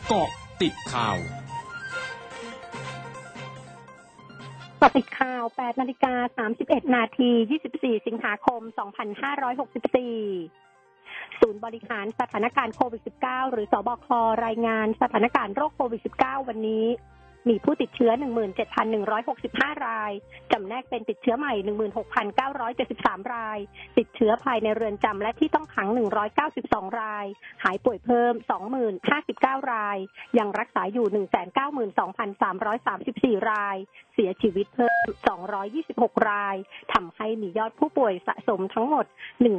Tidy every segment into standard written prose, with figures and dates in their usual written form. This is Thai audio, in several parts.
เกาะติดข่าวติดข่าว 8:31 นาที 24 สิงหาคม 2564 ศูนย์บริหารสถานการณ์โควิด -19 หรือสบครายงานสถานการณ์โรคโควิด -19 วันนี้มีผู้ติดเชื้อ 17,165 รายจำแนกเป็นติดเชื้อใหม่ 16,973 รายติดเชื้อภายในเรือนจำและที่ต้องขัง192 รายหายป่วยเพิ่ม 20,059 รายยังรักษาอยู่ 192,334 รายเสียชีวิตเพิ่ม226 รายทำให้มียอดผู้ป่วยสะสมทั้งหมด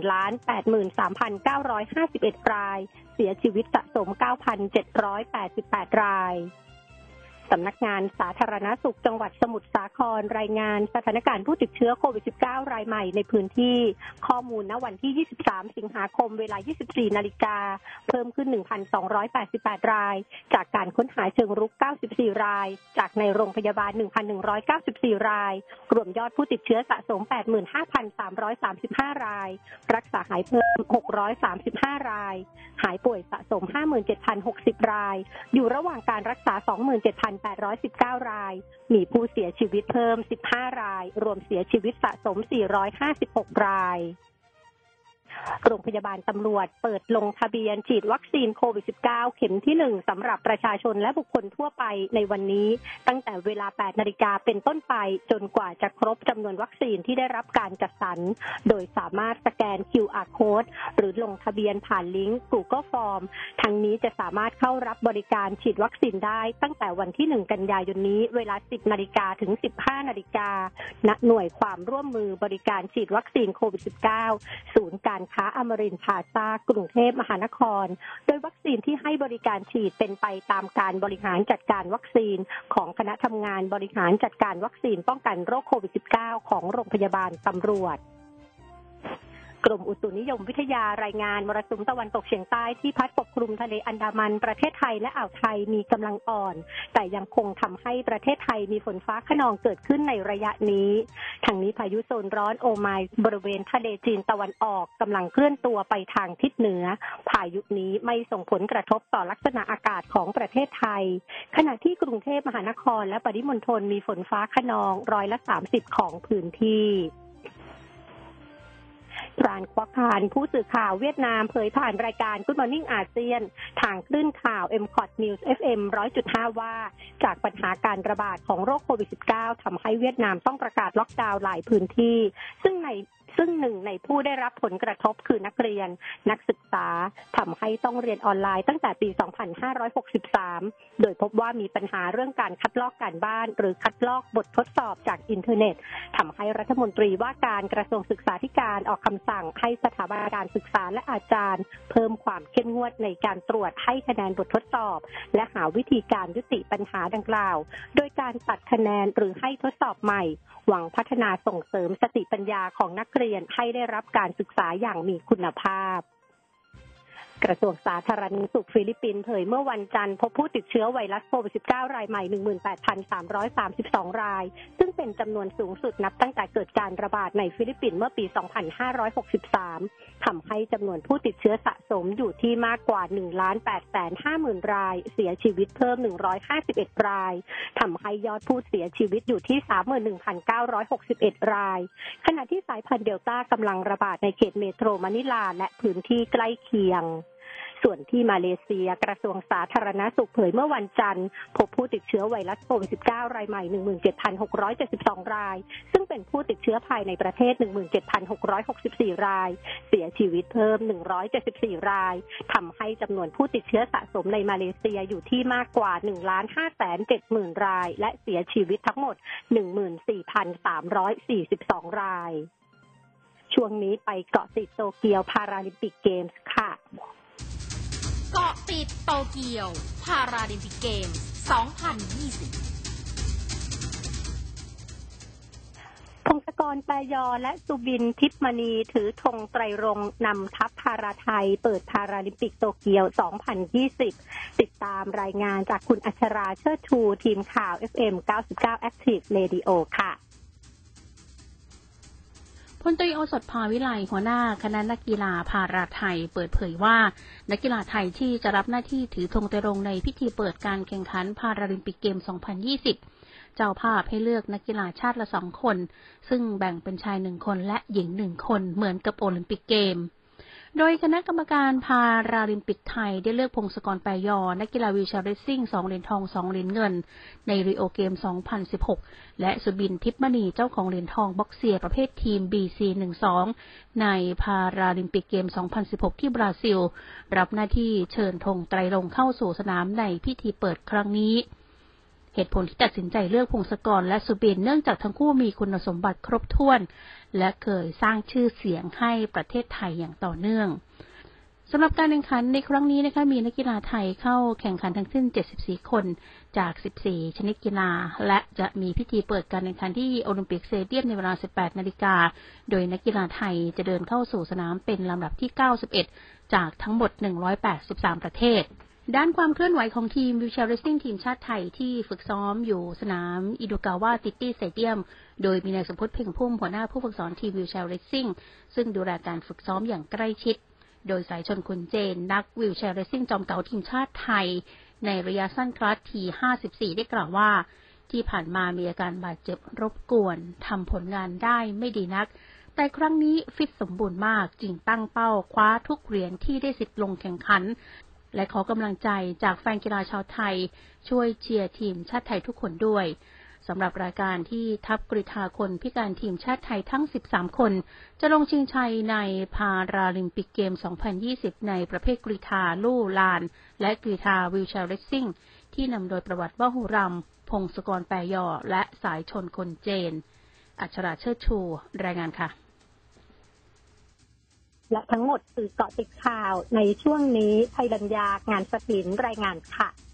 1,83,951 รายเสียชีวิตสะสม 9,788 รายสำนักงานสาธารณสุขจังหวัดสมุทรสาครรายงานสถานการณ์ผู้ติดเชื้อโควิด -19 รายใหม่ในพื้นที่ข้อมูลณวันที่ 23 สิงหาคมเวลา 24 นาฬิกาเพิ่มขึ้น 1,288 รายจากการค้นหาเชิงรุก 94 รายจากในโรงพยาบาล 1,194 รายรวมยอดผู้ติดเชื้อสะสม 85,335 รายรักษาหายเพิ่ม 635 รายหายป่วยสะสม 57,060 รายอยู่ระหว่างการรักษา 27,819 รายมีผู้เสียชีวิตเพิ่ม15 รายรวมเสียชีวิตสะสม456 รายโรงพยาบาลตำรวจเปิดลงทะเบียนฉีดวัคซีนโควิด -19 เข็มที่ 1 สำหรับประชาชนและบุคคลทั่วไปในวันนี้ตั้งแต่เวลา 8 นาฬิกาเป็นต้นไปจนกว่าจะครบจำนวนวัคซีนที่ได้รับการจัดสรรโดยสามารถสแกน QR Code หรือลงทะเบียนผ่านลิงก์ Google Form ทั้งนี้จะสามารถเข้ารับบริการฉีดวัคซีนได้ตั้งแต่วันที่ 1 กันยายนนี้เวลา 10 นาฬิกาถึง 15 นาฬิกาณหน่วยความร่วมมือบริการฉีดวัคซีนโควิด -19 ศูนย์การค้าอมรินทร์พลาซ่ากรุงเทพมหานครโดยวัคซีนที่ให้บริการฉีดเป็นไปตามการบริหารจัดการวัคซีนของคณะทำงานบริหารจัดการวัคซีนป้องกันโรคโควิด -19 ของโรงพยาบาลตำรวจกรมอุตุนิยมวิทยารายงานมรสุมตะวันตกเฉียงใต้ที่พัดปกคลุมทะเลอันดามันประเทศไทยและอ่าวไทยมีกำลังอ่อนแต่ยังคงทำให้ประเทศไทยมีฝนฟ้าคะนองเกิดขึ้นในระยะนี้ทางนี้พายุโซนร้อนโอไมบริเวณทะเลจีนตะวันออกกำลังเคลื่อนตัวไปทางทิศเหนือพายุนี้ไม่ส่งผลกระทบต่อลักษณะอากาศของประเทศไทยขณะที่กรุงเทพมหานครและปริมณฑลมีฝนฟ้าคะนอง30%ของพื้นที่พรานควักพานผู้สื่อข่าวเวียดนามเผยผ่านรายการ Good Morning อาเซียนทางคลื่นข่าว MCOT News FM 100.5 ว่าจากปัญหาการระบาดของโรคโควิด -19 ทำให้เวียดนามต้องประกาศล็อกดาวน์หลายพื้นที่ซึ่งหนึ่งในผู้ได้รับผลกระทบคือนักเรียนนักศึกษาทำให้ต้องเรียนออนไลน์ตั้งแต่ปี 2563 โดยพบว่ามีปัญหาเรื่องการคัดลอกการบ้านหรือคัดลอกบททดสอบจากอินเทอร์เน็ตทำให้รัฐมนตรีว่าการกระทรวงศึกษาธิการออกคำสั่งให้สถาบันการศึกษาและอาจารย์เพิ่มความเข้มงวดในการตรวจให้คะแนนบททดสอบและหาวิธีการยุติปัญหาดังกล่าวโดยการตัดคะแนนหรือให้ทดสอบใหม่หวังพัฒนาส่งเสริมสติปัญญาของนักเรียนให้ได้รับการศึกษาอย่างมีคุณภาพกระทรวงสาธารณสุขฟิลิปปินส์เผยเมื่อวันจันทร์พบผู้ติดเชื้อไวรัสโควิด -19 รายใหม่ 18,332 รายซึ่งเป็นจำนวนสูงสุดนับตั้งแต่เกิดการระบาดในฟิลิปปินส์เมื่อปี 2563 ทำให้จำนวนผู้ติดเชื้อสะสมอยู่ที่มากกว่า 1,850,000 รายเสียชีวิตเพิ่ม151 รายทำให้ยอดผู้เสียชีวิตอยู่ที่ 31,961 รายขณะที่สายพันธุ์เดลต้ากำลังระบาดในเขตเมโทรมะนิลาและพื้นที่ใกล้เคียงส่วนที่มาเลเซียกระทรวงสาธารณสุขเผยเมื่อวันจันทร์พบผู้ติดเชื้อไวรัสโควิด -19 รายใหม่ 17,672 รายซึ่งเป็นผู้ติดเชื้อภายในประเทศ 17,664 รายเสียชีวิตเพิ่ม174 รายทำให้จำนวนผู้ติดเชื้อสะสมในมาเลเซียอยู่ที่มากกว่า 1,570,000 รายและเสียชีวิตทั้งหมด 14,342 รายช่วงนี้ไปเกาะติดโตเกียวพาราลิมปิกเกมส์ค่ะเกาะติดโตเกียวพาราลิมปิกเกมส์ 2020 พงศกร แปรยอและสุบินทิพย์มณีถือธงไตรรงค์นำทัพพาราไทยเปิดพาราลิมปิกโตเกียว 2020 ติดตามรายงานจากคุณอัชราเชิดชูทีมข่าว FM 99 Active Radio ค่ะพลตรีโอสถ ภาวิไลหัวหน้าคณะนักกีฬาพาราไทยเปิดเผยว่านักกีฬาไทยที่จะรับหน้าที่ถือธงไตรรงค์ในพิธีเปิดการแข่งขันพาราลิมปิกเกม 2020 เจ้าภาพให้เลือกนักกีฬาชาติละ2 คนซึ่งแบ่งเป็นชาย1 คนและหญิง1 คนเหมือนกับโอลิมปิกเกมโดยคณะกรรมการพาราลิมปิกไทยได้เลือกพงศกร แปรยอนักกีฬาวีลแชร์เรซซิ่ง2 เหรียญทอง2 เหรียญเงินในริโอเกม 2016 และสุบินทิพย์มณีเจ้าของเหรียญทองบ็อกเซียประเภททีม BC12 ในพาราลิมปิกเกม 2016 ที่บราซิลรับหน้าที่เชิญธงไตรรงค์เข้าสู่สนามในพิธีเปิดครั้งนี้เหตุผลที่ตัดสินใจเลือกพงศกรและสุบินเนื่องจากทั้งคู่มีคุณสมบัติครบถ้วนและเคยสร้างชื่อเสียงให้ประเทศไทยอย่างต่อเนื่องสำหรับการแข่งขันในครั้งนี้นะคะมีนักกีฬาไทยเข้าแข่งขันทั้งสิ้น74 คนจาก14ชนิดกีฬาและจะมีพิธีเปิดการแข่งขันที่โอลิมปิกสเตเดียมในเวลา 18 นาฬิกาโดยนักกีฬาไทยจะเดินเข้าสู่สนามเป็นลำดับที่ 91 จากทั้งหมด 183 ประเทศด้านความเคลื่อนไหวของทีมวีลแชร์เรซซิ่งทีมชาติไทยที่ฝึกซ้อมอยู่สนามอิโดกาวะติตี้สเตเดียมโดยมีนายสมพจน์เพ่งพุ่มหัวหน้าผู้ฝึกสอนทีมวีลแชร์เรซซิ่งซึ่งดูแลการฝึกซ้อมอย่างใกล้ชิดโดยสายชนคุณเจนนักวีลแชร์เรซซิ่งจอมเก่าทีมชาติไทยในระยะสั้นคลาสที54ได้กล่าวว่าที่ผ่านมามีอาการบาดเจ็บรบกวนทำผลงานได้ไม่ดีนักแต่ครั้งนี้ฟิตสมบูรณ์มากจึงตั้งเป้าคว้าทุกเหรียญที่ได้สิทธิ์ลงแข่งขันและขอกำลังใจจากแฟนกีฬาชาวไทยช่วยเชียร์ทีมชาติไทยทุกคนด้วยสำหรับรายการที่ทัพกรีฑาคนพิการทีมชาติไทยทั้ง13 คนจะลงชิงชัยในพาราลิมปิกเกม 2020 ในประเภทกรีฑาลู่ลานและกรีฑาวีลแชร์เรซซิ่งที่นำโดยประวัติวหุรัมย์พงศกร แปรยอและสายชนคนเจนอัชราเชิดชูรายงานค่ะและทั้งหมดคือเกาะติดข่าวในช่วงนี้ภัยรัญญางานสปินรายงานค่ะ